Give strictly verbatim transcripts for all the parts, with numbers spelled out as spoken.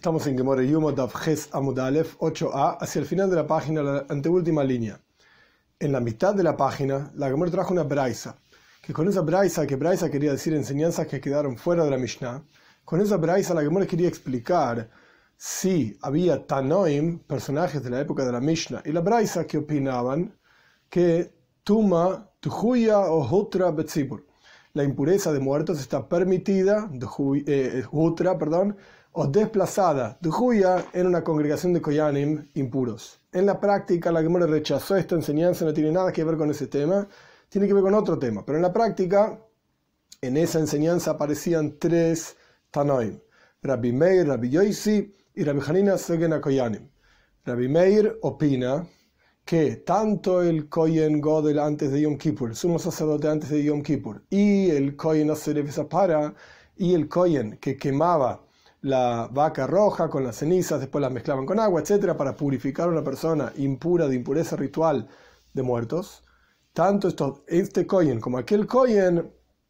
Estamos en Gemara Yuma Daf Ches Amud Aleph ocho a, hacia el final de la página, la anteúltima línea. En la mitad de la página, la Gemara trajo una braisa, que con esa braisa, que braisa quería decir enseñanzas que quedaron fuera de la Mishnah, con esa braisa la Gemara quería explicar si había Tanoim, personajes de la época de la Mishnah, y la braisa que opinaban que Tuma, Tujuya o Hutra Betzibur, la impureza de muertos está permitida, eh, Hutra, perdón, o desplazada, Dujuya, en una congregación de Koyanim impuros. En la práctica, la Gemara rechazó esta enseñanza, no tiene nada que ver con ese tema, tiene que ver con otro tema. Pero en la práctica, en esa enseñanza aparecían tres Tanoim: Rabbi Meir, Rabbi Yosi y Rabbi Hanina Segen Koyanim. Rabbi Meir opina que tanto el Kohen Godel antes de Yom Kippur, el sumo sacerdote antes de Yom Kippur, y el Kohen Aserev Zapara, y el Kohen que quemaba la vaca roja con las cenizas, después las mezclaban con agua, etcétera, para purificar a una persona impura de impureza ritual de muertos, tanto esto, este Kohen como aquel Kohen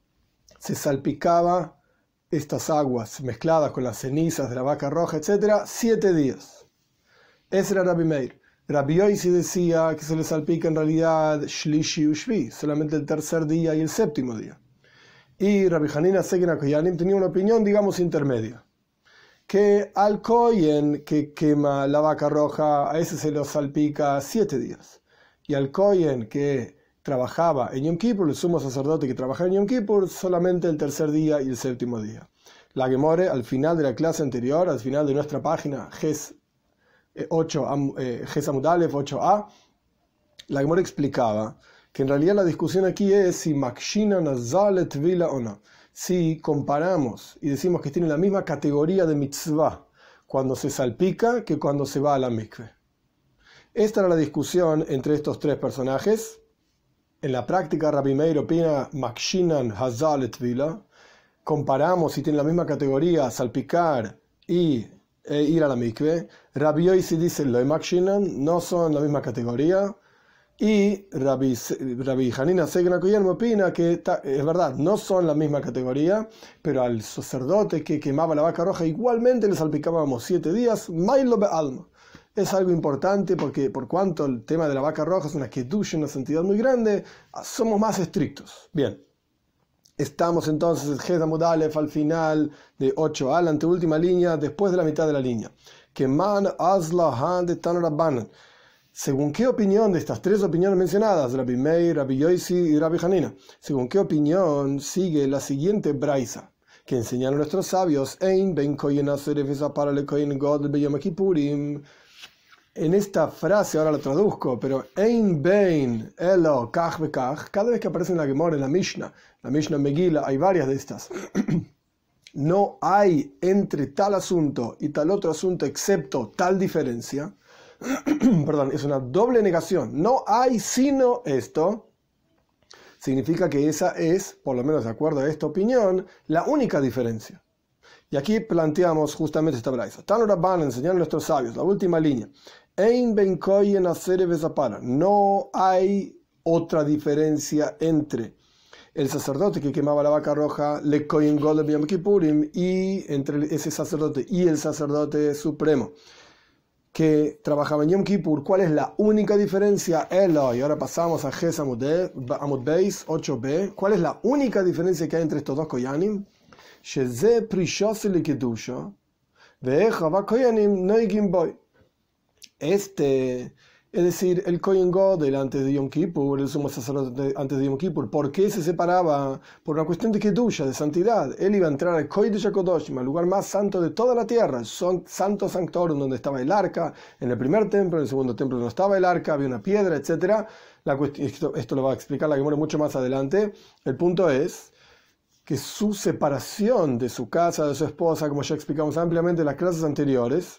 se salpicaba estas aguas mezcladas con las cenizas de la vaca roja, etcétera, siete días. Ese era Rabbi Meir. Rabbi Yosi decía que se le salpica en realidad Shlishi u Shvi, solamente el tercer día y el séptimo día. Y Rabbi Hanina Segen Koyanim tenía una opinión, digamos, intermedia, que al Kohen que quema la vaca roja, a ese se lo salpica siete días. Y al Kohen que trabajaba en Yom Kippur, el sumo sacerdote que trabajaba en Yom Kippur, solamente el tercer día y el séptimo día. La Gemore, al final de la clase anterior, al final de nuestra página Ges ocho, eh, Ges Amud Aleph ocho a, la Gemore explicaba que en realidad la discusión aquí es si Makshina Nazal Tvila o no. Si comparamos y decimos que tiene la misma categoría de mitzvah cuando se salpica que cuando se va a la mikve. Esta era la discusión entre estos tres personajes. En la práctica, Rabbi Meir opina Makshinan Hazal Tvila. Comparamos si tiene la misma categoría salpicar y e ir a la mikve. Rabbi Yosi dice Lo Makshinan, no son la misma categoría. Y Rabbi, Rabbi Hanina Segen Koyanim opina que ta, es verdad, no son la misma categoría, pero al sacerdote que quemaba la vaca roja igualmente le salpicábamos siete días. Mailo be'alma. Es algo importante porque por cuanto el tema de la vaca roja es una kedusha, una santidad muy grande, somos más estrictos. Bien, estamos entonces en Ches Amud Aleph al final de ocho a, la anteúltima línea, después de la mitad de la línea. Que man azla han de tan rabbanan. ¿Según qué opinión de estas tres opiniones mencionadas, Rabbi Meir, Rabbi Yosi y Rabbi Hanina, según qué opinión sigue la siguiente braisa que enseñaron nuestros sabios? Ein ben kohen aserev para le kohen godel beyom kippurim. En esta frase, ahora la traduzco, pero Ein ben elo kach bekach, cada vez que aparece en la Gemara, en la Mishnah, la Mishnah Megillah, hay varias de estas. No hay entre tal asunto y tal otro asunto excepto tal diferencia. Perdón, es una doble negación. No hay sino esto. Significa que esa es, por lo menos de acuerdo a esta opinión, la única diferencia. Y aquí planteamos justamente esta braisa. Tanu Rabban, enseñaron nuestros sabios, la última línea. Ein ben kohen aserev zapara. No hay otra diferencia entre el sacerdote que quemaba la vaca roja, le kohen godel b'yom kippurim, y entre ese sacerdote y el sacerdote supremo que trabajaba en Yom Kippur. ¿Cuál es la única diferencia? Elo, y ahora pasamos a Ches Amud Beis ocho b. ¿Cuál es la única diferencia que hay entre estos dos Koyanim? Sheze prishos le kedusha ve'echa va Koyanim noigim boy. Este, es decir, el Kohen Godel antes de Yom Kippur, el sumo sacerdote antes de Yom Kippur, ¿por qué se separaba? Por una cuestión de kedusha, de santidad. Él iba a entrar al Kodesh HaKodoshim, al lugar más santo de toda la tierra, el santo sanctorum donde estaba el arca. En el primer templo, en el segundo templo no estaba el arca, había una piedra, etcétera. La cuestión, esto, esto lo va a explicar la Gemara mucho más adelante. El punto es que su separación de su casa, de su esposa, como ya explicamos ampliamente en las clases anteriores,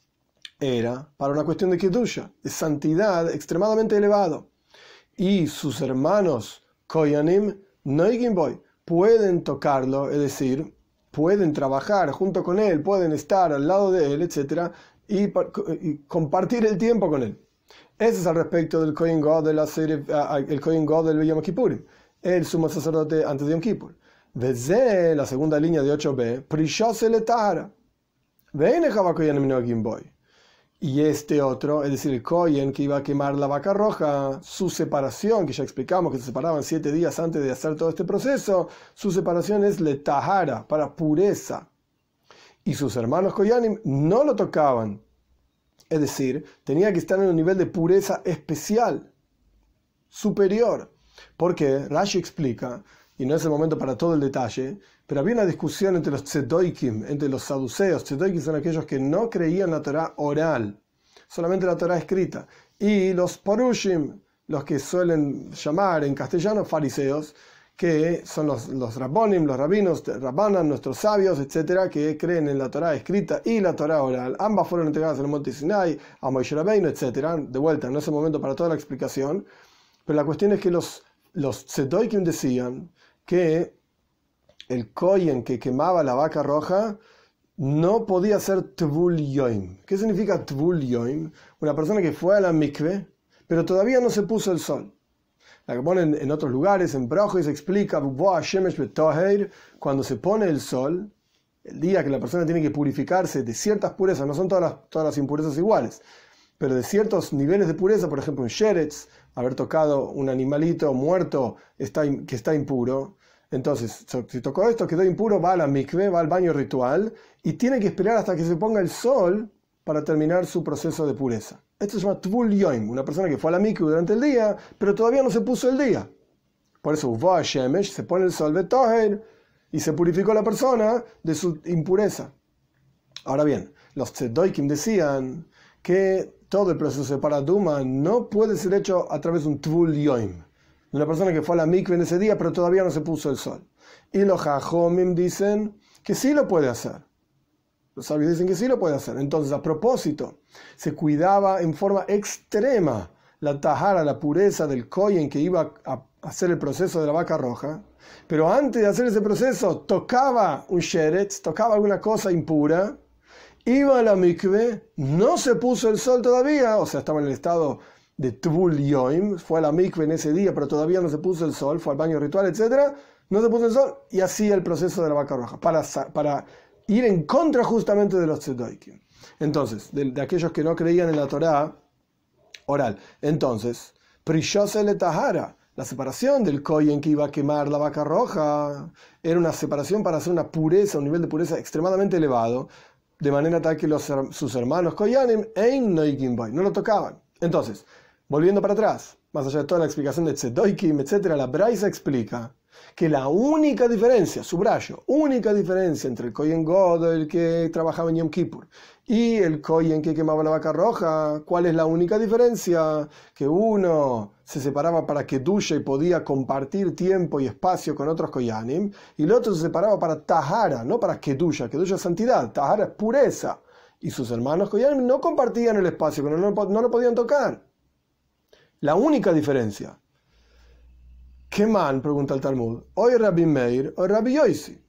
era para una cuestión de kedusha, de santidad extremadamente elevado. Y sus hermanos Koyanim noigim boy pueden tocarlo, es decir, pueden trabajar junto con él, pueden estar al lado de él, etcétera, y, y compartir el tiempo con él. Ese es al respecto del Kohen Godel, el Kohen Godel b'yom kippurim, el sumo sacerdote antes de Yom Kippur. Vezé, la segunda línea de ocho b, prishos le tahara. Y este otro, es decir, el Kohen que iba a quemar la vaca roja, su separación, que ya explicamos que se separaban siete días antes de hacer todo este proceso, su separación es letahara, para pureza. Y sus hermanos Koyanim no lo tocaban. Es decir, tenía que estar en un nivel de pureza especial, superior. Porque Rashi explica, y no es el momento para todo el detalle, pero había una discusión entre los tzedoikim, entre los saduceos. Tzedoikim son aquellos que no creían la Torá oral, solamente la Torá escrita. Y los porushim, los que suelen llamar en castellano fariseos, que son los, los rabbonim, los rabinos, rabbanan, nuestros sabios, etcétera, que creen en la Torá escrita y la Torá oral. Ambas fueron entregadas en el monte Sinai, a Moshe Rabbeinu, etcétera. De vuelta, no es el momento para toda la explicación, pero la cuestión es que los, los tzedoikim decían que el kohen que quemaba la vaca roja no podía ser tvul yoim. ¿Qué significa tvul yoim? Una persona que fue a la mikve, pero todavía no se puso el sol. La que ponen en otros lugares, en Brajos, se explica cuando se pone el sol, el día que la persona tiene que purificarse de ciertas purezas, no son todas las, todas las impurezas iguales, pero de ciertos niveles de pureza, por ejemplo un sheretz, haber tocado un animalito muerto está, que está impuro. Entonces, si tocó esto, quedó impuro, va a la mikve, va al baño ritual y tiene que esperar hasta que se ponga el sol para terminar su proceso de pureza. Esto se llama tvul yoim, una persona que fue a la mikve durante el día, pero todavía no se puso el día. Por eso, uva shemesh, se pone el sol betoher y se purificó la persona de su impureza. Ahora bien, los tzedoikim decían que todo el proceso de paraduma no puede ser hecho a través de un tvul yoim, de una persona que fue a la mikve en ese día, pero todavía no se puso el sol. Y los jajomim dicen que sí lo puede hacer. Los sabios dicen que sí lo puede hacer. Entonces, a propósito, se cuidaba en forma extrema la tahara, la pureza del kohen que iba a hacer el proceso de la vaca roja, pero antes de hacer ese proceso tocaba un sheretz, tocaba alguna cosa impura, iba a la mikve, no se puso el sol todavía, o sea, estaba en el estado de tvul yoim, fue a la mikve en ese día, pero todavía no se puso el sol, fue al baño ritual, etcétera, no se puso el sol y hacía el proceso de la vaca roja, para, para ir en contra justamente de los tzedoikim. Entonces, de, de aquellos que no creían en la Torá oral. Entonces, prishose le tahara, la separación del kohen que iba a quemar la vaca roja, era una separación para hacer una pureza, un nivel de pureza extremadamente elevado, de manera tal que los, sus hermanos koyanim ein noigim boy, no lo tocaban. Entonces, volviendo para atrás, más allá de toda la explicación de tzedoikim, etcétera, la Braisa explica que la única diferencia, subrayo, única diferencia entre el Kohen Gadol que trabajaba en Yom Kippur y el Kohen que quemaba la vaca roja, ¿cuál es la única diferencia? Que uno se separaba para Kedusha y podía compartir tiempo y espacio con otros Koyanim, y el otro se separaba para Tahara, no para Kedusha. Kedusha es santidad, Tahara es pureza. Y sus hermanos Koyanim no compartían el espacio, no, no, no lo podían tocar. La única diferencia. ¿Qué man? Pregunta el Talmud. Hoy Rabbi Meir o Rabbi Yosi.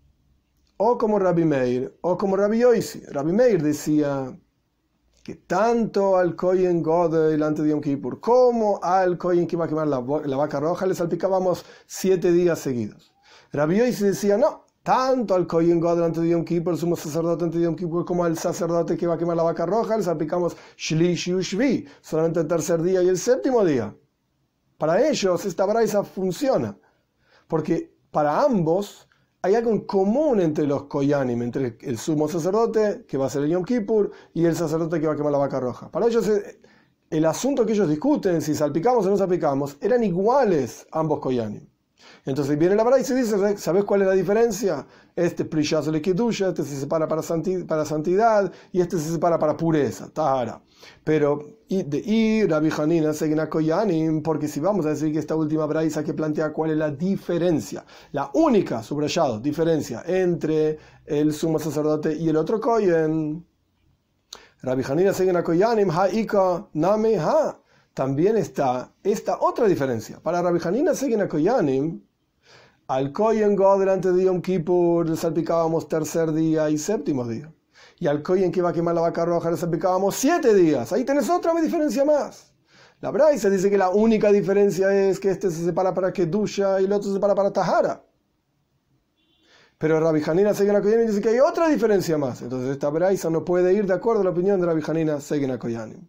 O como Rabbi Meir o como Rabbi Yosi. Rabbi Meir decía que tanto al Kohen Gadol antes de Yom Kippur como al Kohen que iba a quemar la, la vaca roja le salpicábamos siete días seguidos. Rabbi Yosi decía no, tanto al Kohen Gadol antes de Yom Kippur, el sumo sacerdote antes de Yom Kippur, como al sacerdote que iba a quemar la vaca roja le salpicamos Shlish y Ushvi, solamente el tercer día y el séptimo día. Para ellos esta braisa funciona, porque para ambos hay algo en común entre los koyanim, entre el sumo sacerdote, que va a ser el Yom Kippur, y el sacerdote que va a quemar la vaca roja. Para ellos el asunto que ellos discuten, si salpicamos o no salpicamos, eran iguales ambos koyanim. Entonces viene la braisa y dice, ¿sabes cuál es la diferencia? Este prishas le kedusha, este se separa para, santi, para santidad, y este se separa para pureza, tahara. Pero de ir Rabbi Hanina seguen a koyanim, porque si vamos a decir que esta última braisa que plantea cuál es la diferencia, la única, subrayado, diferencia entre el sumo sacerdote y el otro kohen, Rabbi Hanina seguen a koyanim, ha ika name ha. También está esta otra diferencia. Para Rabbi Hanina seguen a koyanim, al Kohen Gadol delante de Yom Kippur le salpicábamos tercer día y séptimo día. Y al Kohen que iba a quemar la vaca roja le salpicábamos siete días. Ahí tenés otra diferencia más. La Braisa dice que la única diferencia es que este se separa para Kedusha y el otro se separa para Tahara. Pero Rabbi Hanina Segen HaKoyanim dice que hay otra diferencia más. Entonces esta braisa no puede ir de acuerdo a la opinión de Rabbi Hanina Segen HaKoyanim.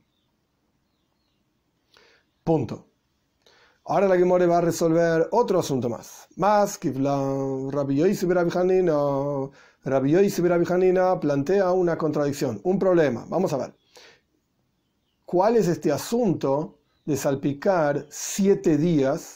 Punto. Ahora la Gemara va a resolver otro asunto más. Más que Rabbi Yosi y Rabbi Hanina, Rabbi Yosi y Rabbi Hanina plantea una contradicción, un problema. Vamos a ver. ¿Cuál es este asunto de salpicar siete días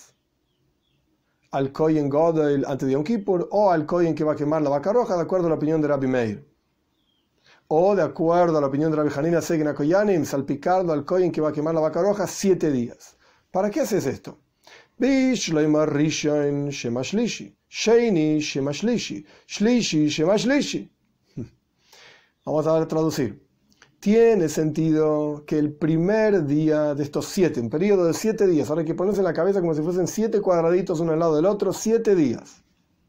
al Kohen Gadol antes de Yom Kippur, o al Kohen que va a quemar la vaca roja, de acuerdo a la opinión de Rabbi Meir? O de acuerdo a la opinión de Rabbi Hanina Segen HaKoyanim, salpicarlo al Kohen que va a quemar la vaca roja siete días. ¿Para qué haces esto? Bishleimar Rishon Shema Shlishi, Sheini Shema Shlishi, Shlishi Shema Shlishi. Vamos a traducir. Tiene sentido que el primer día de estos siete, un periodo de siete días, ahora hay que ponerse en la cabeza como si fuesen siete cuadraditos uno al lado del otro, siete días.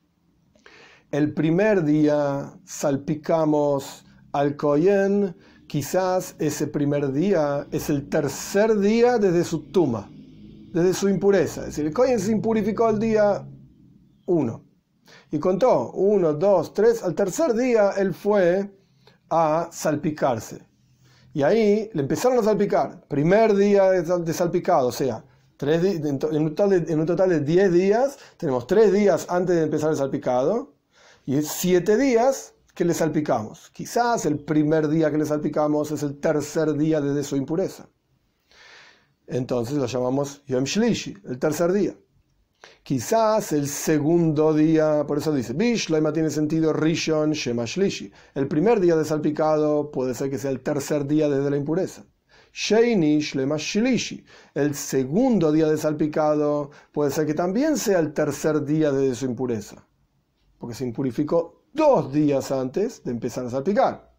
El primer día salpicamos al Kohen, quizás ese primer día es el tercer día desde su tuma, desde su impureza. Es decir, el Kohen se impurificó el día uno y contó uno, dos, tres, al tercer día él fue a salpicarse. Y ahí le empezaron a salpicar. Primer día de salpicado, o sea, tres di- en, to- en, un total de, en un total de diez días, tenemos tres días antes de empezar el salpicado y siete días que le salpicamos. Quizás el primer día que le salpicamos es el tercer día desde su impureza. Entonces lo llamamos Yom Shlishi, el tercer día. Quizás el segundo día, por eso dice, Bishleima tiene sentido Rishon Shema Shlishi. El primer día de salpicado puede ser que sea el tercer día desde la impureza. Sheini Shlema Shlishi. El segundo día de salpicado puede ser que también sea el tercer día desde su impureza, porque se impurificó dos días antes de empezar a salpicar.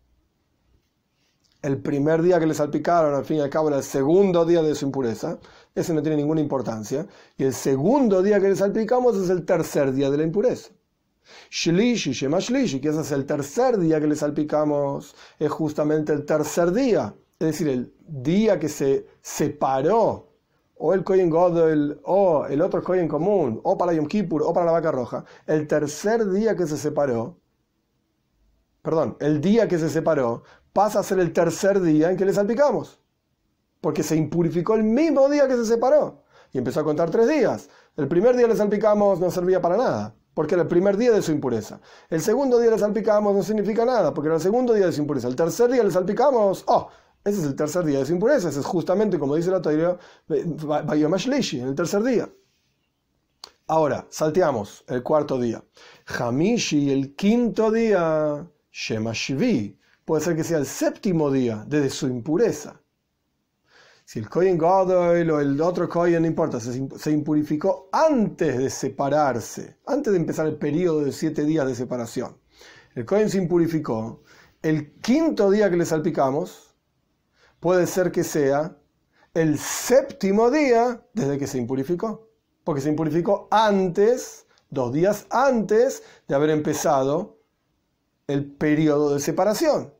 El primer día que le salpicaron, al fin y al cabo, era el segundo día de su impureza. Ese no tiene ninguna importancia. Y el segundo día que le salpicamos es el tercer día de la impureza. Shlishi, Shema Shlishi, que ese es el tercer día que le salpicamos, es justamente el tercer día. Es decir, el día que se separó, o el Kohen Gadol, o el otro Kohen común, o para Yom Kippur, o para la vaca roja. El tercer día que se separó, perdón, el día que se separó, pasa a ser el tercer día en que le salpicamos, porque se impurificó el mismo día que se separó y empezó a contar tres días. El primer día le salpicamos no servía para nada, porque era el primer día de su impureza. El segundo día le salpicamos no significa nada, porque era el segundo día de su impureza. El tercer día le salpicamos, oh, ese es el tercer día de su impureza. Ese es justamente, como dice la Torah, Bayom Shlishi, en el tercer día. Ahora, salteamos el cuarto día. Hamishi, el quinto día, Shema Shvi. Puede ser que sea el séptimo día desde su impureza. Si el Kohen Gadol o el otro Kohen, no importa, se, se impurificó antes de separarse, antes de empezar el periodo de siete días de separación. El Kohen se impurificó. El quinto día que le salpicamos puede ser que sea el séptimo día desde que se impurificó. Porque se impurificó antes, dos días antes de haber empezado el periodo de separación.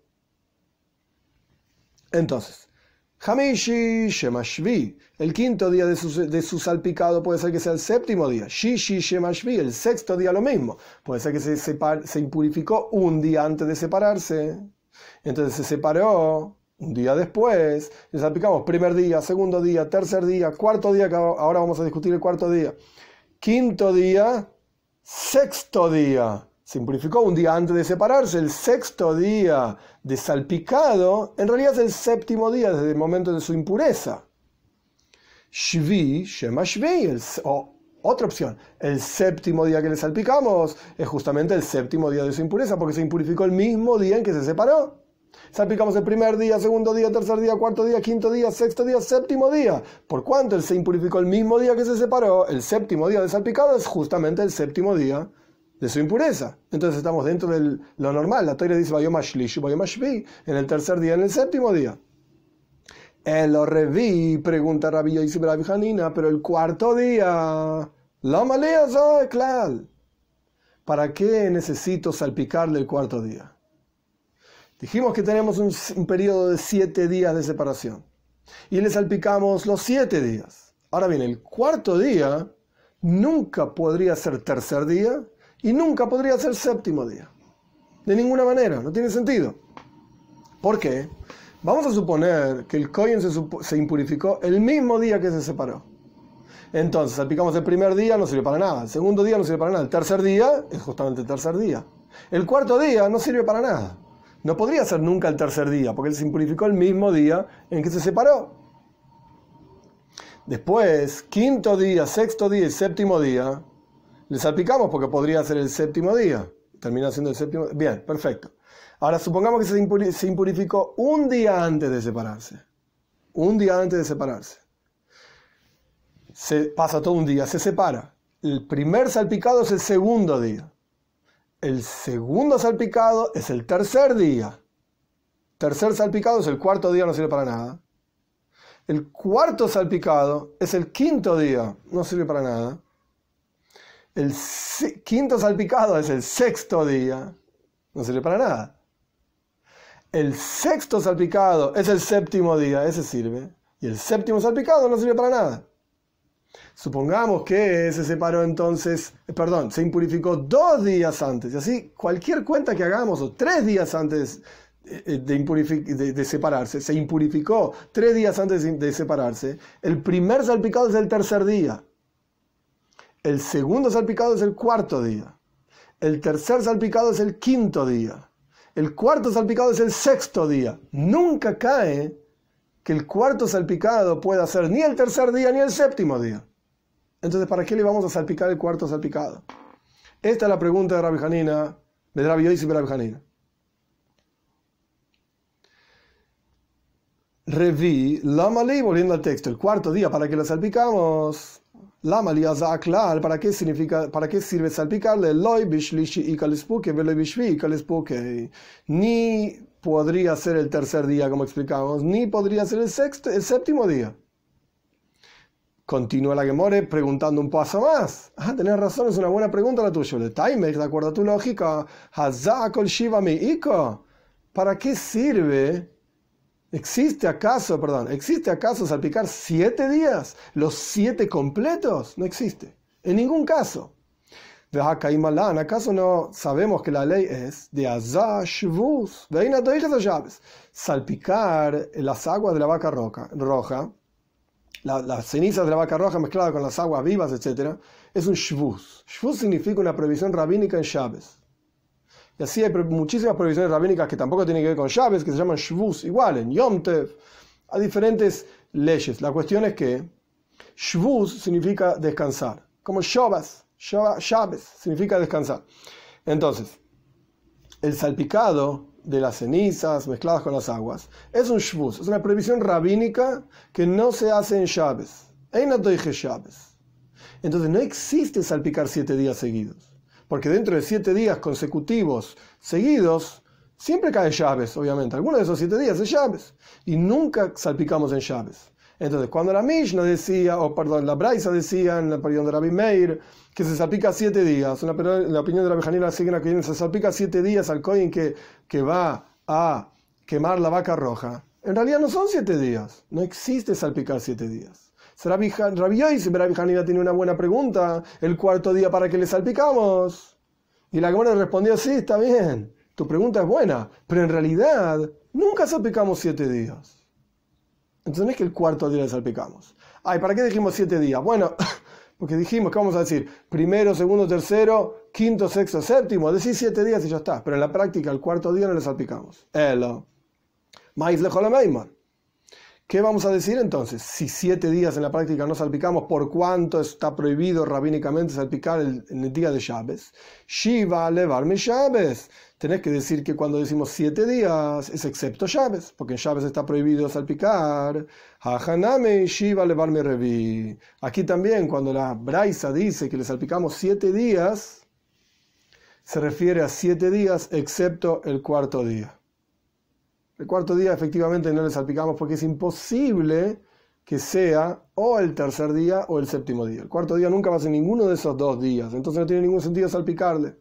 Entonces, Hamishi Shema Shvi, el quinto día de su, de su salpicado puede ser que sea el séptimo día. Shishi Shema Shvi, el sexto día lo mismo. Puede ser que se, separ, se impurificó un día antes de separarse. Entonces se separó un día después. Le salpicamos primer día, segundo día, tercer día, cuarto día, que ahora vamos a discutir el cuarto día. Quinto día, sexto día. Se impurificó un día antes de separarse. El sexto día de salpicado en realidad es el séptimo día desde el momento de su impureza. Shvi, Shema Shvi, el, o otra opción, el séptimo día que le salpicamos es justamente el séptimo día de su impureza, porque se impurificó el mismo día en que se separó. Salpicamos el primer día, segundo día, tercer día, cuarto día, quinto día, sexto día, séptimo día. Por cuanto él se impurificó el mismo día que se separó, el séptimo día de salpicado es justamente el séptimo día de su impureza. Entonces estamos dentro de lo normal. La Torah dice Bayom Shlishi, Bayom Shvi, en el tercer día, en el séptimo día. El Revi, pregunta Rabbi Yosi Rabbi Hanina, pero el cuarto día, ¿Lama lea zoe klal? ¿Para qué necesito salpicarle el cuarto día? Dijimos que tenemos un, un periodo de siete días de separación y le salpicamos los siete días. Ahora bien, el cuarto día nunca podría ser tercer día y nunca podría ser séptimo día. De ninguna manera, no tiene sentido. ¿Por qué? Vamos a suponer que el Kohen se, se impurificó el mismo día que se separó. Entonces, salpicamos el primer día, no sirve para nada. El segundo día no sirve para nada. El tercer día es justamente el tercer día. El cuarto día no sirve para nada. No podría ser nunca el tercer día, porque él se impurificó el mismo día en que se separó. Después, quinto día, sexto día y séptimo día, le salpicamos porque podría ser el séptimo día. Termina siendo el séptimo. Bien, perfecto. Ahora supongamos que se, impuri- se impurificó un día antes de separarse. Un día antes de separarse. Se pasa todo un día, se separa. El primer salpicado es el segundo día. El segundo salpicado es el tercer día. Tercer salpicado es el cuarto día, no sirve para nada. El cuarto salpicado es el quinto día, no sirve para nada. El quinto salpicado es el sexto día, no sirve para nada. El sexto salpicado es el séptimo día, ese sirve. Y el séptimo salpicado no sirve para nada. Supongamos que se separó entonces, perdón, se impurificó dos días antes. Y así, cualquier cuenta que hagamos, o tres días antes de, de, de separarse, se impurificó tres días antes de separarse, el primer salpicado es el tercer día. El segundo salpicado es el cuarto día. El tercer salpicado es el quinto día. El cuarto salpicado es el sexto día. Nunca cae que el cuarto salpicado pueda ser ni el tercer día ni el séptimo día. Entonces, ¿para qué le vamos a salpicar el cuarto salpicado? Esta es la pregunta de Rabbi Hanina, de Rabbi Yosi y Rabbi Hanina. Revi, Lamali, volviendo al texto, el cuarto día, ¿para qué lo salpicamos? Lamali azaklal, ¿para qué significa, para qué sirve salpicarle? Loi bishlishi y kalespuke, veloi bishvi y kalespuke. Ni podría ser el tercer día, como explicamos, ni podría ser el sexto, el séptimo día. Continúa la Gemore preguntando un paso más. Ah, tenés razón, es una buena pregunta la tuya. De Taimek, de acuerdo a tu lógica, Hazakol Shiva Meiko. ¿Para qué sirve? ¿Existe acaso, perdón, existe acaso salpicar siete días? ¿Los siete completos? No existe. En ningún caso. De Hakaimalan, ¿acaso no sabemos que la ley es de Azah Shvus? De ahí no te dejes a llaves. Salpicar las aguas de la vaca roja. roja La, las cenizas de la vaca roja mezcladas con las aguas vivas, etcétera, es un shvus. Shvus significa una prohibición rabínica en Shabbos. Y así hay muchísimas prohibiciones rabínicas que tampoco tienen que ver con Shabbos, que se llaman shvus, igual en Yom Tev, a diferentes leyes. La cuestión es que shvus significa descansar, como Shabbos, Shabbos significa descansar. Entonces, el salpicado de las cenizas mezcladas con las aguas es un shvus, es una prohibición rabínica que no se hace en Shabbos. Entonces no existe salpicar siete días seguidos, porque dentro de siete días consecutivos seguidos siempre cae Shabbos, obviamente. Algunos de esos siete días es Shabbos y nunca salpicamos en Shabbos. Entonces, cuando la Mishnah decía, o perdón, la Braisa decía en la opinión de Rabbi Meir que se salpica siete días, en la, en la opinión de Rabbi Hanina que se salpica siete días al Kohen que, que va a quemar la vaca roja, en realidad no son siete días, no existe salpicar siete días. Rabbi Yosi, Rabbi Hanina tiene una buena pregunta, el cuarto día ¿para qué le salpicamos? Y la Gemara respondió, sí, está bien, tu pregunta es buena, pero en realidad nunca salpicamos siete días. Entonces no es que el cuarto día le salpicamos. Ay, ¿para qué dijimos siete días? Bueno, porque dijimos que vamos a decir primero, segundo, tercero, quinto, sexto, séptimo. Decís siete días y ya está. Pero en la práctica, el cuarto día no le salpicamos. Elo. Maíz lejos la meimar. ¿Qué vamos a decir entonces? Si siete días en la práctica no salpicamos, ¿por cuánto está prohibido rabínicamente salpicar el, en el día de Shabbos? Shiva levarme Shabbos. Tenés que decir que cuando decimos siete días es excepto Shabbos, porque en Shabbos está prohibido salpicar. Hajaname Shiva levarme revi. Aquí también, cuando la Braisa dice que le salpicamos siete días, se refiere a siete días excepto el cuarto día. El cuarto día efectivamente no le salpicamos porque es imposible que sea o el tercer día o el séptimo día. El cuarto día nunca va a ser ninguno de esos dos días, entonces no tiene ningún sentido salpicarle.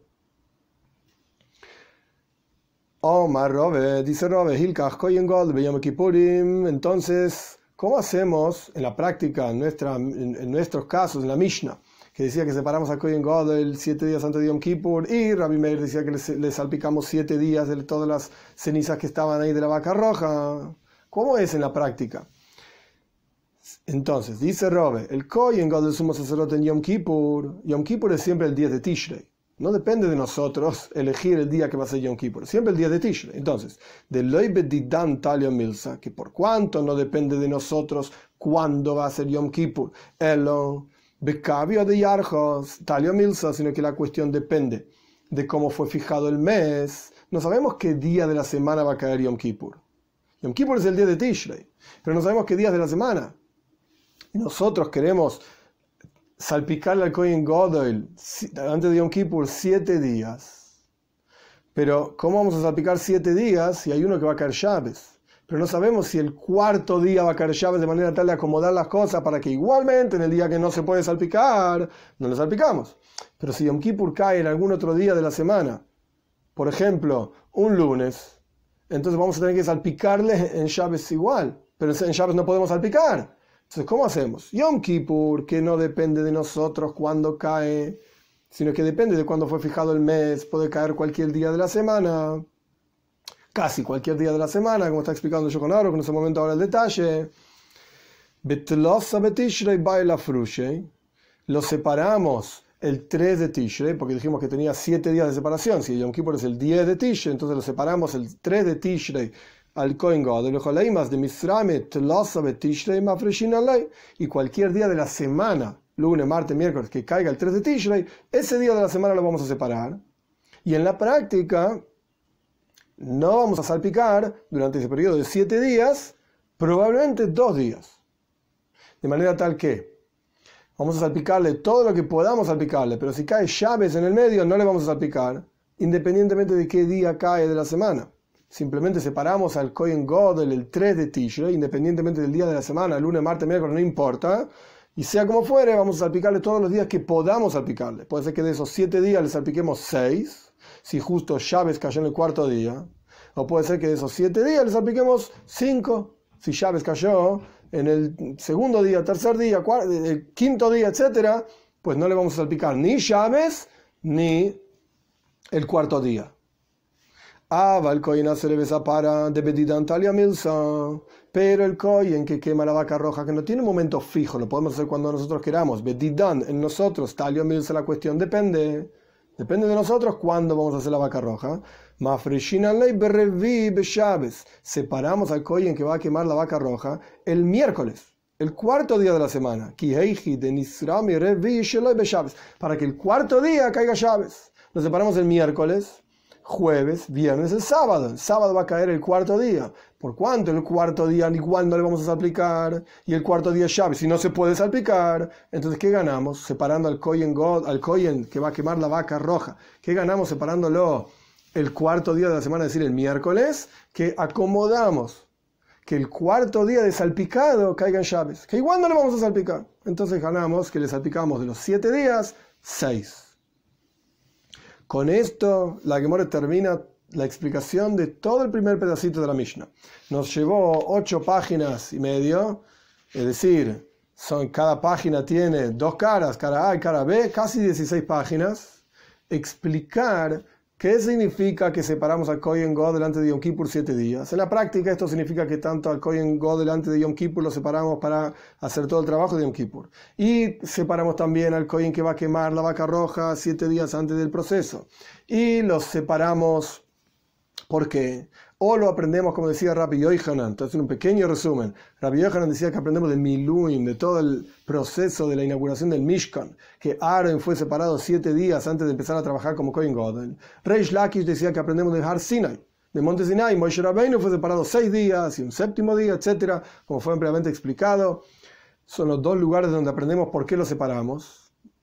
Omar Robe, dice Robe, Hilkach Kohen Gadol B'Yom Kippurim. Entonces, ¿cómo hacemos en la práctica, en, nuestra, en, en nuestros casos, en la Mishnah, que decía que separamos al Kohen Gadol siete días antes de Yom Kippur, y Rabbi Meir decía que le, le salpicamos siete días de todas las cenizas que estaban ahí de la vaca roja. ¿Cómo es en la práctica? Entonces, dice Robe, el Kohen Gadol, el sumo sacerdote en Yom Kippur, Yom Kippur es siempre el día de Tishrei. No depende de nosotros elegir el día que va a ser Yom Kippur, siempre el día de Tishrei. Entonces, de Loi Bedidan Talia Milsa, que por cuanto no depende de nosotros cuándo va a ser Yom Kippur, Elo, Becabio de Yarjos, Talia Milsa, sino que la cuestión depende de cómo fue fijado el mes. No sabemos qué día de la semana va a caer Yom Kippur. Yom Kippur es el día de Tishrei, pero no sabemos qué días de la semana. Y nosotros queremos salpicarle al Kohen Gadol antes de Yom Kippur siete días. Pero, ¿cómo vamos a salpicar siete días si hay uno que va a caer Shabbos? Pero no sabemos si el cuarto día va a caer Shabbos de manera tal de acomodar las cosas para que igualmente en el día que no se puede salpicar, no lo salpicamos. Pero si Yom Kippur cae en algún otro día de la semana, por ejemplo, un lunes, entonces vamos a tener que salpicarle en Shabbos igual. Pero en Shabbos no podemos salpicar. Entonces, ¿cómo hacemos? Yom Kippur, que no depende de nosotros cuándo cae, sino que depende de cuándo fue fijado el mes, puede caer cualquier día de la semana, casi cualquier día de la semana, como está explicando yo con Aro, que en ese momento ahora el detalle. Betlosa betishrei baila frushe, lo separamos el tres de Tishrei, porque dijimos que tenía siete días de separación. Si Yom Kippur es el diez de Tishrei, entonces lo separamos el tres de Tishrei al Kohen Gadol, de Misraim, y cualquier día de la semana, lunes, martes, miércoles, que caiga el tres de Tishrei, ese día de la semana lo vamos a separar. Y en la práctica, no vamos a salpicar durante ese periodo de siete días, probablemente dos días. De manera tal que vamos a salpicarle todo lo que podamos salpicarle, pero si cae Shabbos en el medio, no le vamos a salpicar, independientemente de qué día cae de la semana. Simplemente separamos al Kohen Gadol el tres de Tishrei, independientemente del día de la semana, lunes, martes, miércoles, no importa. Y sea como fuere, vamos a salpicarle todos los días que podamos salpicarle. Puede ser que de esos siete días le salpiquemos seis, si justo Shabbos cayó en el cuarto día. O puede ser que de esos siete días le salpiquemos cinco, si Shabbos cayó en el segundo día, tercer día, cuarto, el quinto día, etcétera. Pues no le vamos a salpicar ni Shabbos ni el cuarto día. Pero el Kohen que quema la vaca roja, que no tiene un momento fijo, lo podemos hacer cuando nosotros queramos. Bedidan, en nosotros, Talia Milsa, la cuestión depende. Depende de nosotros cuándo vamos a hacer la vaca roja. Separamos al Kohen que va a quemar la vaca roja el miércoles, el cuarto día de la semana. Para que el cuarto día caiga Shabbos. Lo separamos el miércoles, jueves, viernes, el sábado. El sábado va a caer el cuarto día. ¿Por cuánto el cuarto día igual no le vamos a salpicar? Y el cuarto día es Shabbos, si no se puede salpicar, entonces ¿qué ganamos? Separando al Kohen God, al Kohen que va a quemar la vaca roja. ¿Qué ganamos separándolo el cuarto día de la semana, es decir, el miércoles? Que acomodamos que el cuarto día de salpicado caiga en Shabbos, que igual no le vamos a salpicar. Entonces ganamos que le salpicamos de los siete días, seis. Con esto, la Gemara termina la explicación de todo el primer pedacito de la Mishnah. Nos llevó ocho páginas y medio, es decir, son, cada página tiene dos caras, cara A y cara B, casi dieciséis páginas, explicar qué significa que separamos al Kohen God delante de Yom Kippur siete días. En la práctica esto significa que tanto al Kohen God delante de Yom Kippur lo separamos para hacer todo el trabajo de Yom Kippur. Y separamos también al Kohen que va a quemar la vaca roja siete días antes del proceso. Y los separamos porque o lo aprendemos, como decía Rabbi Yochanan. Entonces, un pequeño resumen. Rabbi Yochanan decía que aprendemos de Miluim, de todo el proceso de la inauguración del Mishkan, que Aaron fue separado siete días antes de empezar a trabajar como Kohen Gadol. Reish Lakish decía que aprendemos de Har Sinai, de Monte Sinai. Moshe Rabbeinu fue separado seis días y un séptimo día, etcétera, como fue ampliamente explicado. Son los dos lugares donde aprendemos por qué lo separamos.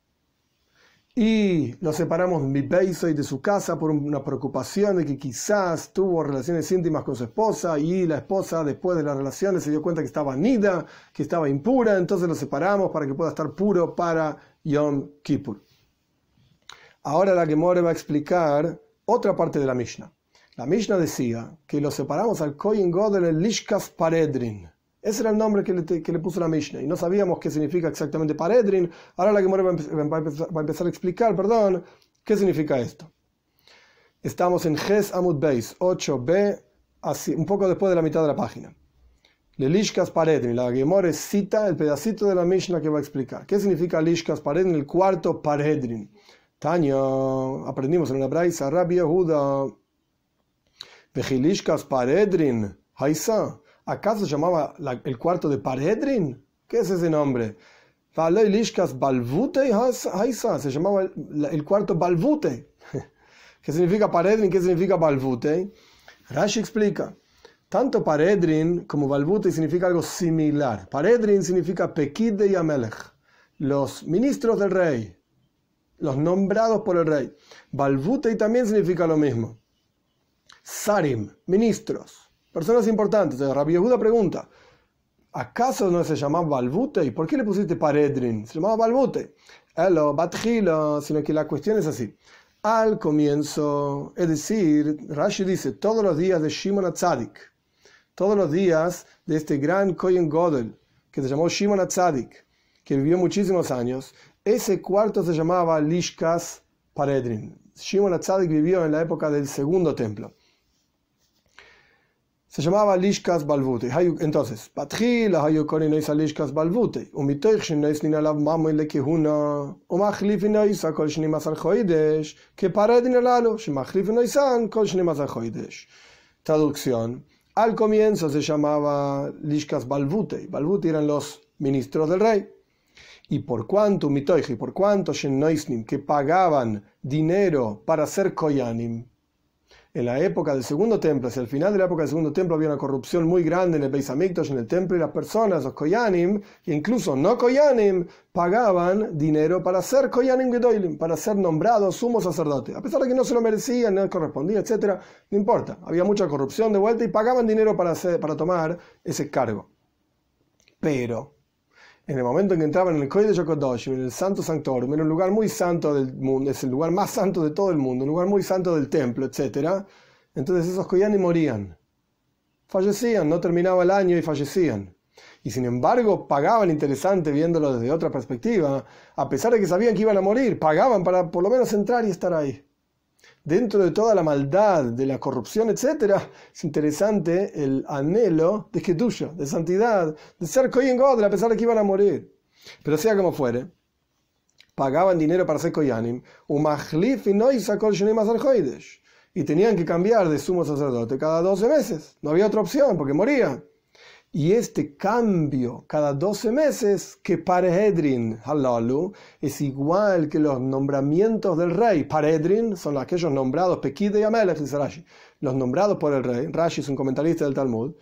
Y lo separamos mi beiso y de su casa por una preocupación de que quizás tuvo relaciones íntimas con su esposa y la esposa después de las relaciones se dio cuenta que estaba nida, que estaba impura, entonces lo separamos para que pueda estar puro para Yom Kippur. Ahora la Gemara va a explicar otra parte de la Mishnah. La Mishnah decía que lo separamos al Kohen Gadol en el Lishkas Paredrin. Ese era el nombre que le, que le puso la Mishnah. Y no sabíamos qué significa exactamente Paredrin. Ahora la Gemara va, va, va a empezar a explicar, perdón, qué significa esto. Estamos en Ches Amud Beis, ocho b, así, un poco después de la mitad de la página. Lishkas Paredrin. La Gemara cita el pedacito de la Mishnah que va a explicar. ¿Qué significa Lishkas Paredrin? El cuarto Paredrin. Tanya, aprendimos en la braisa, Rabbi Yehuda. Vejilishkas Paredrin. Haisa. ¿Acaso se llamaba la, el cuarto de Paredrin? ¿Qué es ese nombre? Lishkas Balvute Haisa. Se llamaba el, el cuarto Balvute. ¿Qué significa Paredrin? ¿Qué significa Balvute? Rashi explica. Tanto Paredrin como Balvute significa algo similar. Paredrin significa Pekide y Amelech, los ministros del rey, los nombrados por el rey. Balvute también significa lo mismo. Sarim, ministros, personas importantes. Rabbi Yehuda pregunta, ¿acaso no se llamaba Balvute? ¿Por qué le pusiste Paredrin? Se llamaba Balvute. Elo, Batjilo, sino que la cuestión es así. Al comienzo, es decir, Rashi dice, todos los días de Shimon HaTzadik, todos los días de este gran Kohen Godel, que se llamó Shimon HaTzadik, que vivió muchísimos años, ese cuarto se llamaba Lishkas Paredrin. Shimon HaTzadik vivió en la época del segundo templo. Se llamaba Lishkas Balvute. Entonces, Patchila hayu korinois a Lishkas Balvute. Umitoich shenois nin alav mamoy lekehuna. Umachlif inoisa kol shnim asar choidesh. Que Paredrin elalo. Shemachlif inoisan kol shnim asar choidesh. Traducción. Al comienzo se llamaba Lishkas Balvute. Balvute eran los ministros del rey. Y por cuanto, mitoich, y por cuanto shenoisnim, que pagaban dinero para ser koyanim. En la época del segundo templo, hacia el final de la época del segundo templo, había una corrupción muy grande en el Beis Hamikdash, en el templo, y las personas, los koyanim, e incluso no koyanim, pagaban dinero para ser koyanim gedolim, para ser nombrados sumo sacerdote. A pesar de que no se lo merecían, no correspondía, etcétera, no importa. Había mucha corrupción de vuelta y pagaban dinero para, hacer, para tomar ese cargo. Pero en el momento en que entraban en el Kodesh HaKodoshim, en el Santo Sanctorum, en un lugar muy santo del mundo, es el lugar más santo de todo el mundo, un lugar muy santo del templo, etcétera, entonces esos koyanim morían, fallecían, no terminaba el año y fallecían. Y sin embargo pagaban, interesante viéndolo desde otra perspectiva, a pesar de que sabían que iban a morir, pagaban para por lo menos entrar y estar ahí. Dentro de toda la maldad, de la corrupción, etcétera, es interesante el anhelo de kedusha, de santidad, de ser kohen gadol, a pesar de que iban a morir. Pero sea como fuere, pagaban dinero para ser koyanim, y tenían que cambiar de sumo sacerdote cada doce meses. No había otra opción, porque morían. Y este cambio cada doce meses, que Paredrin halalu, es igual que los nombramientos del rey. Paredrin son aquellos nombrados, Pekide y Amelech, dice Rashi, los nombrados por el rey. Rashi es un comentarista del Talmud,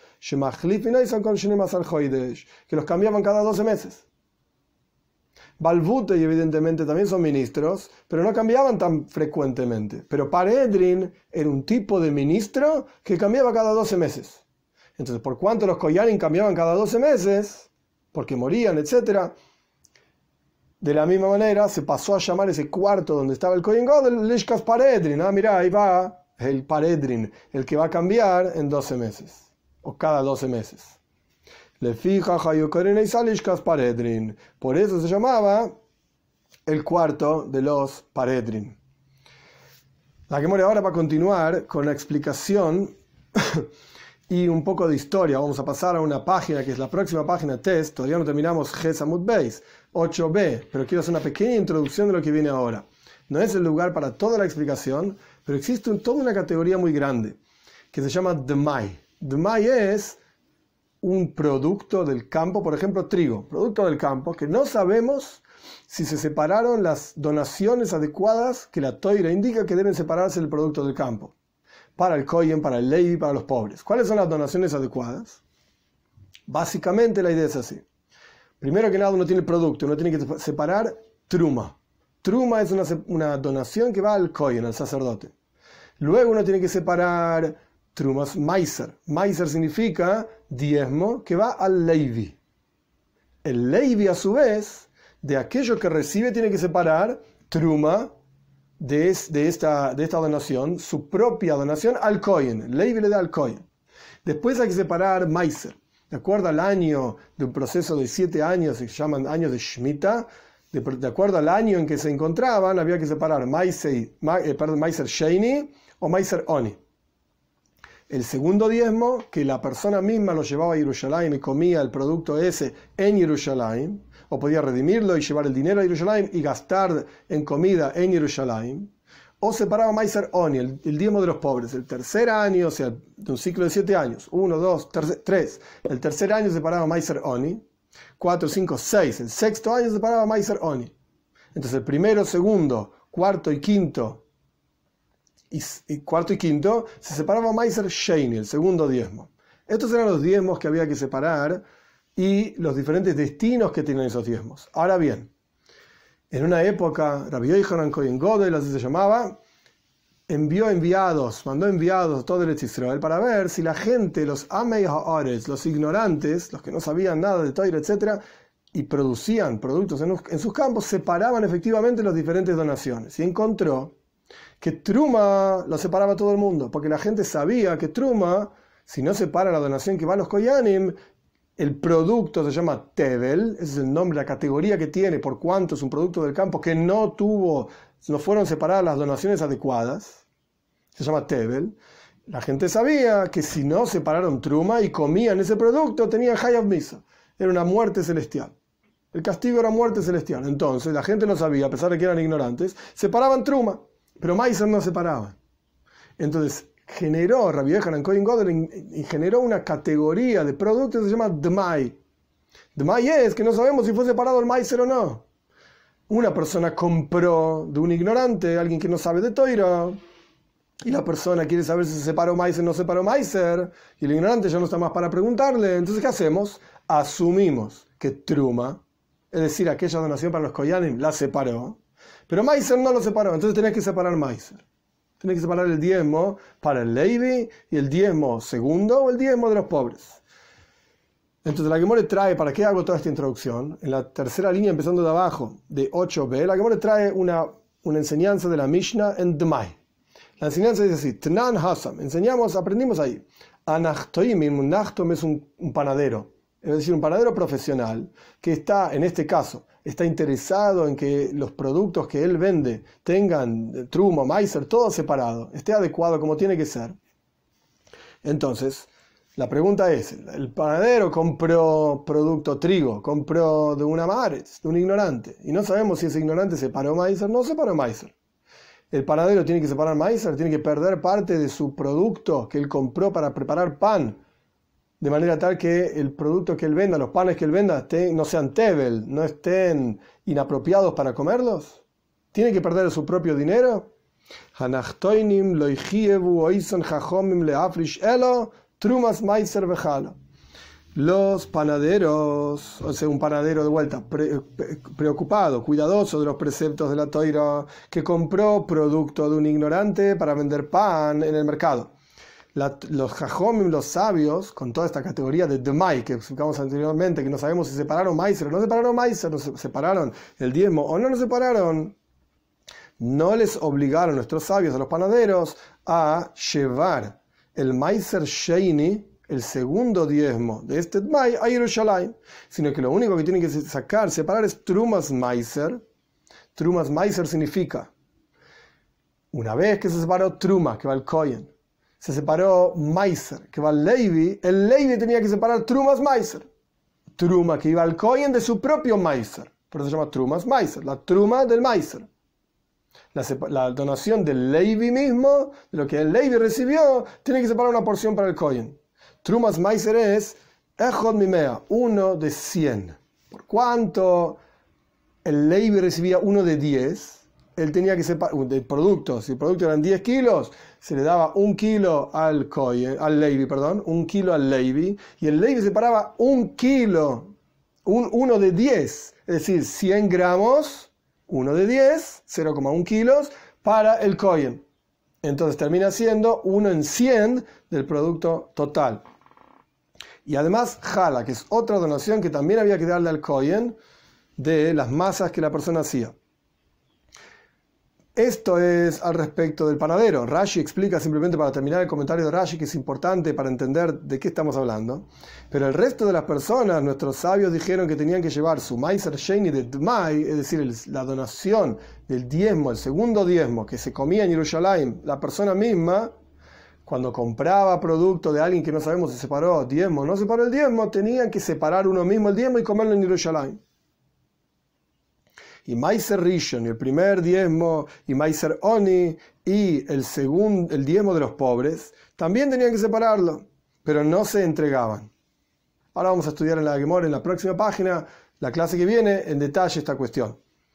que los cambiaban cada doce meses. Balvute, y evidentemente también son ministros, pero no cambiaban tan frecuentemente. Pero Paredrin era un tipo de ministro que cambiaba cada doce meses. Entonces, por cuanto los koyanim cambiaban cada doce meses, porque morían, etcétera, de la misma manera se pasó a llamar ese cuarto donde estaba el kohen gadol Lishkas Paredrin. Ah, mira, ahí va el Paredrin, el que va a cambiar en doce meses, o cada doce meses. Le fija Lishkas Paredrin. Por eso se llamaba el cuarto de los Paredrin. La Gemara ahora va a continuar con la explicación y un poco de historia. Vamos a pasar a una página que es la próxima página test. Todavía no terminamos Ches Amud Beis, ocho b, pero quiero hacer una pequeña introducción de lo que viene ahora. No es el lugar para toda la explicación, pero existe un, toda una categoría muy grande que se llama Dmai. Dmai es un producto del campo, por ejemplo, trigo, producto del campo, que no sabemos si se separaron las donaciones adecuadas que la Toira indica que deben separarse del producto del campo. Para el Kohen, para el Levi, para los pobres. ¿Cuáles son las donaciones adecuadas? Básicamente la idea es así. Primero que nada uno tiene el producto, uno tiene que separar Truma. Truma es una, una donación que va al Kohen, al sacerdote. Luego uno tiene que separar Trumas Meiser. Meiser significa diezmo que va al Levi. El Levi a su vez, de aquello que recibe, tiene que separar Truma De, de, esta, de esta donación, su propia donación al Kohen. Levi le da al Kohen. Después hay que separar Meiser. de acuerdo al año de un proceso de siete años, se llaman años de Shemitah, de, de acuerdo al año en que se encontraban, había que separar Maiser, eh, perdón, Maiser Sheini o Maiser Oni. El segundo diezmo, que la persona misma lo llevaba a Jerusalén y comía el producto ese en Jerusalén, o podía redimirlo y llevar el dinero a Jerusalén y gastar en comida en Jerusalén, o separaba Maiser Oni, el, el diezmo de los pobres. El tercer año, o sea, de un ciclo de siete años, uno, dos, tercer, tres, el tercer año separaba Maiser Oni, cuatro, cinco, seis, el sexto año separaba Maiser Oni. Entonces el primero, segundo, cuarto y quinto, y, y cuarto y quinto, se separaba Maiser Sheini, el segundo diezmo. Estos eran los diezmos que había que separar y los diferentes destinos que tienen esos diezmos. Ahora bien, en una época, Rabbi Yochanan Cohen Gadol, así se llamaba, envió enviados, mandó enviados a todo el Eretz Israel para ver si la gente, los Amei Haaretz, los ignorantes, los que no sabían nada de Torah, etcétera, y producían productos en, en sus campos, separaban efectivamente las diferentes donaciones. Y encontró que Truma lo separaba todo el mundo, porque la gente sabía que Truma, si no separa la donación que va a los Koyanim, el producto se llama Tevel, ese es el nombre, la categoría que tiene, por cuanto es un producto del campo que no tuvo, no fueron separadas las donaciones adecuadas, se llama Tevel. La gente sabía que si no separaron Truma y comían ese producto, tenían Hayav Misa, era una muerte celestial. El castigo era muerte celestial. Entonces la gente no sabía, a pesar de que eran ignorantes, separaban Truma, pero Maiser no separaban. Entonces generó, Rabbi Yochanan Cohen Gadol generó una categoría de productos que se llama Dmai. Dmai es que no sabemos si fue separado el Maiser o no. Una persona compró de un ignorante, alguien que no sabe de Torah, y la persona quiere saber si se separó Maiser o no separó Maiser, y el ignorante ya no está más para preguntarle. Entonces, ¿qué hacemos? Asumimos que Truma, es decir, aquella donación para los Koyanim, la separó, pero Maiser no lo separó, entonces tenés que separar Maiser. Tenés que separar el diezmo para el Levi y el diezmo segundo o el diezmo de los pobres. Entonces la Gemara trae, ¿para qué hago toda esta introducción? En la tercera línea, empezando de abajo, de ocho b, la Gemara trae una, una enseñanza de la Mishnah en Dmai. La enseñanza dice así: Tnan Hasam, enseñamos, aprendimos ahí. Anachtoimim, un nachtom es un, un panadero, es decir, un panadero profesional que está, en este caso, está interesado en que los productos que él vende tengan Truma, Maiser, todo separado, esté adecuado como tiene que ser. Entonces, la pregunta es, el panadero compró producto trigo, compró de una Maaretz, de un ignorante, y no sabemos si ese ignorante separó Maiser o no separó Maiser. El panadero tiene que separar Maiser, tiene que perder parte de su producto que él compró para preparar pan, de manera tal que el producto que él venda, los panes que él venda, estén, no sean tevel, no estén inapropiados para comerlos. ¿Tiene que perder su propio dinero? Los panaderos, o sea, un panadero de vuelta, pre, preocupado, cuidadoso de los preceptos de la Torah, que compró producto de un ignorante para vender pan en el mercado. La, los jajomim, los sabios, con toda esta categoría de Dmai que explicamos anteriormente, que no sabemos si separaron Maiser o no separaron Maiser, no separaron el diezmo o no lo separaron, no les obligaron nuestros sabios, a los panaderos, a llevar el Maiser Sheini, el segundo diezmo de este Dmai, a Jerusalén, sino que lo único que tienen que sacar, separar es Trumas Maiser. Trumas Maiser significa, una vez que se separó Truma, que va al Kohen, se separó Maiser, que va al Levi, el Levi tenía que separar Trumas Maiser. Truma, que iba al Kohen, de su propio Maiser. Por eso se llama Trumas Maiser, la Truma del Maiser. La, la donación del Levi mismo, de lo que el Levi recibió, tiene que separar una porción para el Kohen. Trumas Maiser es Echod Mimea, uno de cien. Por cuanto el Levi recibía uno de diez, él tenía que separar de productos. Si el producto eran diez kilos, se le daba un kilo al Kohen, al Levi, perdón, un kilo al Levi, y el Levi separaba un kilo, un, uno de diez, es decir, cien gramos, uno de diez, cero coma uno kilos, para el Kohen. Entonces termina siendo uno en cien del producto total. Y además, jala, que es otra donación que también había que darle al Kohen de las masas que la persona hacía. Esto es al respecto del panadero. Rashi explica, simplemente para terminar el comentario de Rashi, que es importante para entender de qué estamos hablando. Pero el resto de las personas, nuestros sabios dijeron que tenían que llevar su Maiser Sheini de Dmai, es decir, el, la donación del diezmo, el segundo diezmo que se comía en Jerusalén, la persona misma, cuando compraba producto de alguien que no sabemos si separó diezmo o no separó el diezmo, tenían que separar uno mismo el diezmo y comerlo en Jerusalén. Y Maiser Rishon, el primer diezmo, y Maiser Oni, y el segundo, el diezmo de los pobres, también tenían que separarlo, pero no se entregaban. Ahora vamos a estudiar en la Gemara, en la próxima página, la clase que viene, en detalle esta cuestión.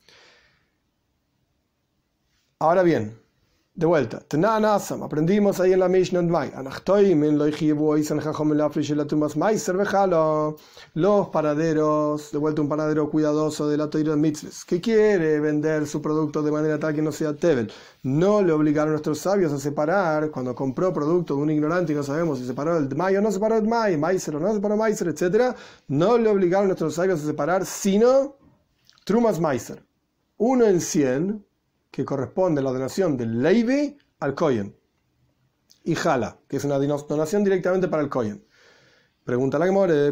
Ahora bien, de vuelta, Tana Nasam, aprendimos ahí en la Mishnah Dmai, los panaderos, de vuelta un panadero cuidadoso de la Torah Mitzvahs, que quiere vender su producto de manera tal que no sea Tevel, no le obligaron a nuestros sabios a separar, cuando compró producto de un ignorante y no sabemos si separó el Dmai o no separó el Dmai, Maiser o no separó Maiser, etcétera, no le obligaron a nuestros sabios a separar, sino Trumas Maiser, uno en cien, que corresponde a la donación del Levi al Kohen, y Jala, que es una donación directamente para el Kohen. Pregunta la Gemara,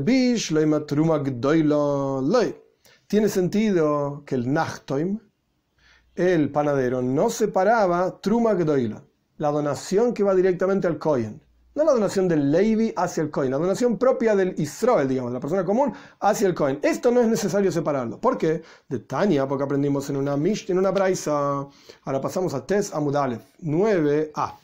¿tiene sentido que el Nachtoim, el panadero, no separaba Truma Gdoila, la donación que va directamente al Kohen? No la donación del Levi hacia el Kohen, la donación propia del Israel, digamos, la persona común hacia el Kohen. Esto no es necesario separarlo. ¿Por qué? De Tania, porque aprendimos en una Mish, en una Braisa. Ahora pasamos a Tes Amud Aleph, nueve a.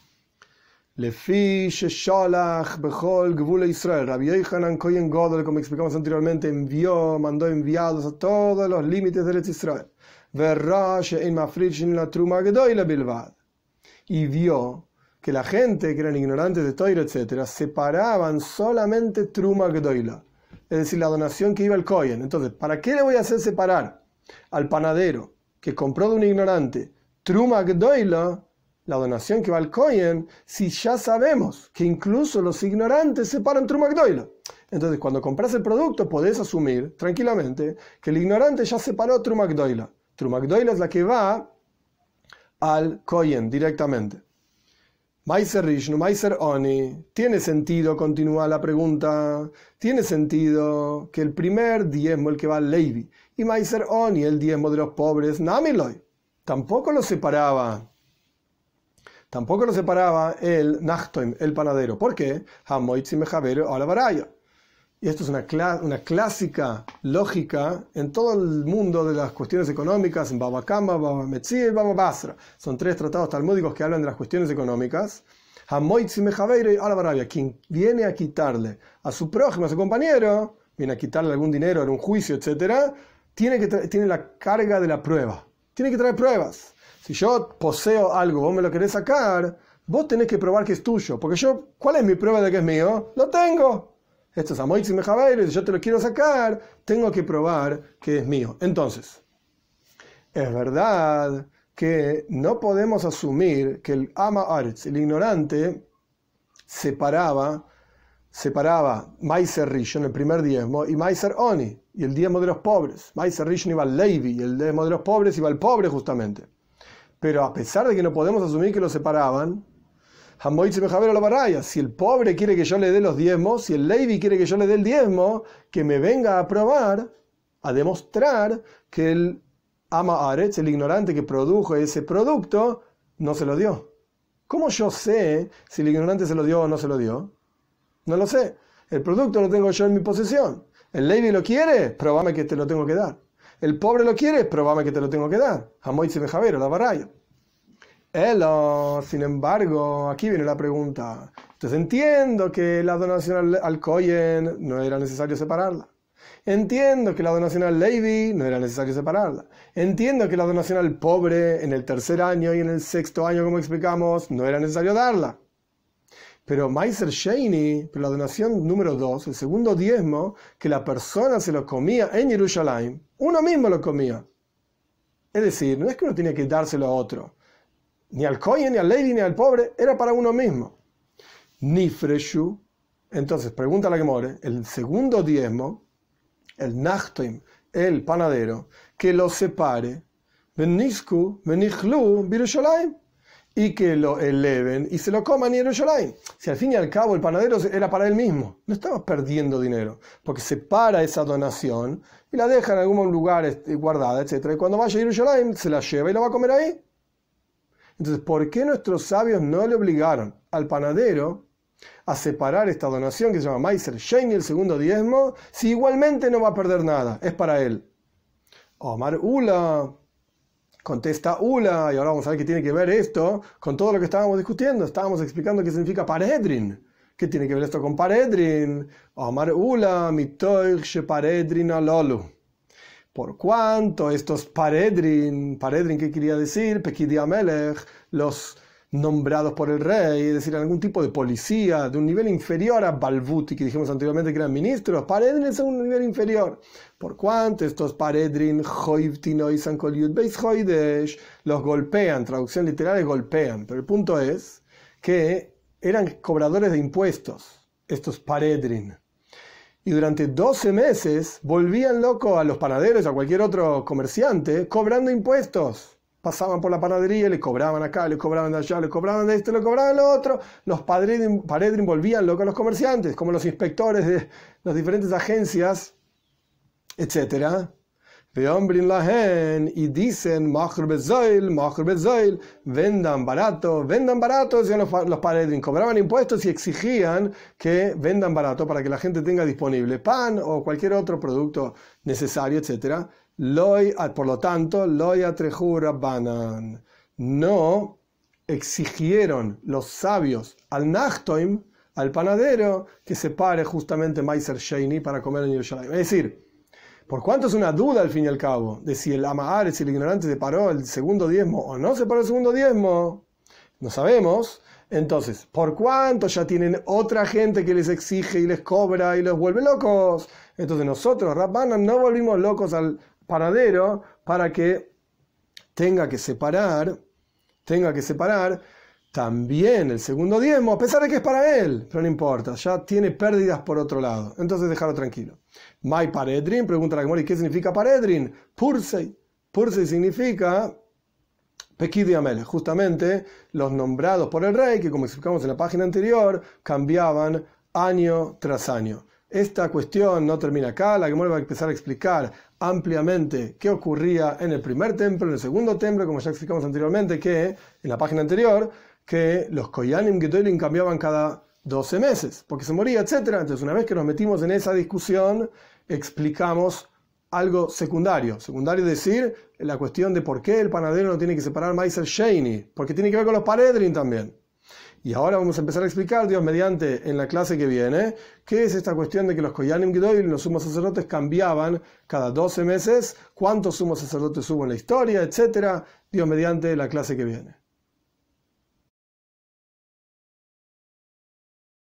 Lefi Shesholach Bechol Gvule Israel. Rabbi Yochanan Kohen Gadol, como explicamos anteriormente, envió, mandó enviados a todos los límites del Israel. Verra she'ein mafrishin la truma gedoyle bilvad. Y vio que la gente que eran ignorantes de Torah, etcétera, separaban solamente Truma Gdoila, es decir, la donación que iba al Kohen. Entonces, ¿para qué le voy a hacer separar al panadero que compró de un ignorante Truma Gdoila, la donación que va al Kohen, si ya sabemos que incluso los ignorantes separan Truma Gdoila? Entonces, cuando compras el producto, podés asumir tranquilamente que el ignorante ya separó Truma Gdoila. Truma Gdoila es la que va al Kohen directamente. Maiser Rishnu, Maiser Oni, ¿tiene sentido, continúa la pregunta, tiene sentido que el primer diezmo, el que va al Levi, y Maiser Oni, el diezmo de los pobres, Namiloy, tampoco lo separaba, tampoco lo separaba el Nachtoim, el panadero? ¿Por qué? Hamoitzi Mejavero a la Baraya. Y esto es una, cl- una clásica lógica en todo el mundo de las cuestiones económicas, en Baba Kama, Baba Metzia y Baba Basra. Son tres tratados talmúdicos que hablan de las cuestiones económicas. Hamoitzi Mejaveiro y Alabarabia, quien viene a quitarle a su prójimo, a su compañero, viene a quitarle algún dinero en un juicio, etcétera, tiene, que tra- tiene la carga de la prueba. Tiene que traer pruebas. Si yo poseo algo, vos me lo querés sacar, vos tenés que probar que es tuyo. Porque yo, ¿cuál es mi prueba de que es mío? Lo tengo. Esto es Amoitzi Mejaveiro, si yo te lo quiero sacar, tengo que probar que es mío. Entonces, es verdad que no podemos asumir que el Ama Aretz, el ignorante, separaba, separaba Maiser Rishon, el primer diezmo, y Maiser Oni, y el diezmo de los pobres. Maiser Rishon iba al Levi, y el diezmo de los pobres iba al pobre justamente. Pero a pesar de que no podemos asumir que lo separaban, si el pobre quiere que yo le dé los diezmos, si el Levi quiere que yo le dé el diezmo, que me venga a probar, a demostrar que el Ama Aretz, el ignorante que produjo ese producto, no se lo dio. ¿Cómo yo sé si el ignorante se lo dio o no se lo dio? No lo sé. El producto lo tengo yo en mi posesión. ¿El Levi lo quiere? Probame que te lo tengo que dar. ¿El pobre lo quiere? Probame que te lo tengo que dar. Hamoitzi Mejavero, la baraya. Elo, sin embargo, aquí viene la pregunta. Entonces entiendo que la donación al, al Kohen no era necesario separarla. Entiendo que la donación al Levi no era necesario separarla. Entiendo que la donación al pobre en el tercer año y en el sexto año, como explicamos, no era necesario darla. Pero Maiser Sheini, pero la donación número dos, el segundo diezmo, que la persona se lo comía en Jerusalén, uno mismo lo comía. Es decir, no es que uno tenía que dárselo a otro. Ni al Kohen, ni al Levi, ni al pobre, era para uno mismo. Nifreshu, entonces pregunta la Gemara, el segundo diezmo, el Nachtoim, el panadero, que lo separe, Venisku, venichlu, Birushalayim, y que lo eleven y se lo coman en Jerusalén. Si al fin y al cabo el panadero era para él mismo, no estaba perdiendo dinero, porque separa esa donación y la deja en algún lugar guardada, etcétera. Y cuando vaya a Jerusalén se la lleva y la va a comer ahí. Entonces, ¿por qué nuestros sabios no le obligaron al panadero a separar esta donación que se llama Maiser Sheini, el segundo diezmo, si igualmente no va a perder nada? Es para él. Omar Ula, contesta Ula, y ahora vamos a ver qué tiene que ver esto con todo lo que estábamos discutiendo. Estábamos explicando qué significa Paredrin. ¿Qué tiene que ver esto con Paredrin? Omar Ula, mitoich she Paredrin alolu. Por cuanto estos Paredrin, Paredrin, ¿qué quería decir? Pekidi Amelech, los nombrados por el rey, es decir, algún tipo de policía de un nivel inferior a Balvuti, que dijimos anteriormente que eran ministros. Paredrin es un nivel inferior. Por cuanto estos Paredrin los golpean, traducción literal es golpean, pero el punto es que eran cobradores de impuestos, estos Paredrin. Y durante doce meses volvían locos a los panaderos, a cualquier otro comerciante, cobrando impuestos. Pasaban por la panadería y le cobraban acá, le cobraban de allá, le cobraban de esto, le cobraban de lo otro. Los Paredrin, Paredrin volvían locos a los comerciantes, como los inspectores de las diferentes agencias, etcétera. Y dicen, vendan barato, vendan barato, decían los, los Paredrin, cobraban impuestos y exigían que vendan barato para que la gente tenga disponible pan o cualquier otro producto necesario, etcétera. Por lo tanto, no exigieron los sabios al Nachtoim, al panadero, que separe justamente Maiser Sheini para comer en Yerushalayim. Es decir, por cuanto es una duda al fin y al cabo de si el Amahar, si el ignorante separó el segundo diezmo o no separó el segundo diezmo, no sabemos. Entonces, por cuanto ya tienen otra gente que les exige y les cobra y los vuelve locos, entonces nosotros, Rabbanan, no volvimos locos al panadero para que tenga que separar, tenga que separar también el segundo diezmo, a pesar de que es para él, pero no importa, ya tiene pérdidas por otro lado, entonces déjalo tranquilo. Mai Paredrin, pregunta la Gemara, ¿y qué significa Paredrin? Pursei, Pursei significa Pekidi Amelech, justamente los nombrados por el rey, que como explicamos en la página anterior, cambiaban año tras año. Esta cuestión no termina acá, la Gemara va a empezar a explicar ampliamente qué ocurría en el primer templo, en el segundo templo, como ya explicamos anteriormente, que en la página anterior, que los Koyanim Gedolim cambiaban cada doce meses, porque se moría, etcétera. Entonces, una vez que nos metimos en esa discusión, explicamos algo secundario. Secundario es decir, la cuestión de por qué el panadero no tiene que separar Maiser Sheini, porque tiene que ver con los Paredrin también. Y ahora vamos a empezar a explicar, Dios mediante, en la clase que viene, qué es esta cuestión de que los Koyanim Gedolim, los sumos sacerdotes, cambiaban cada doce meses, cuántos sumos sacerdotes hubo en la historia, etcétera. Dios mediante, la clase que viene.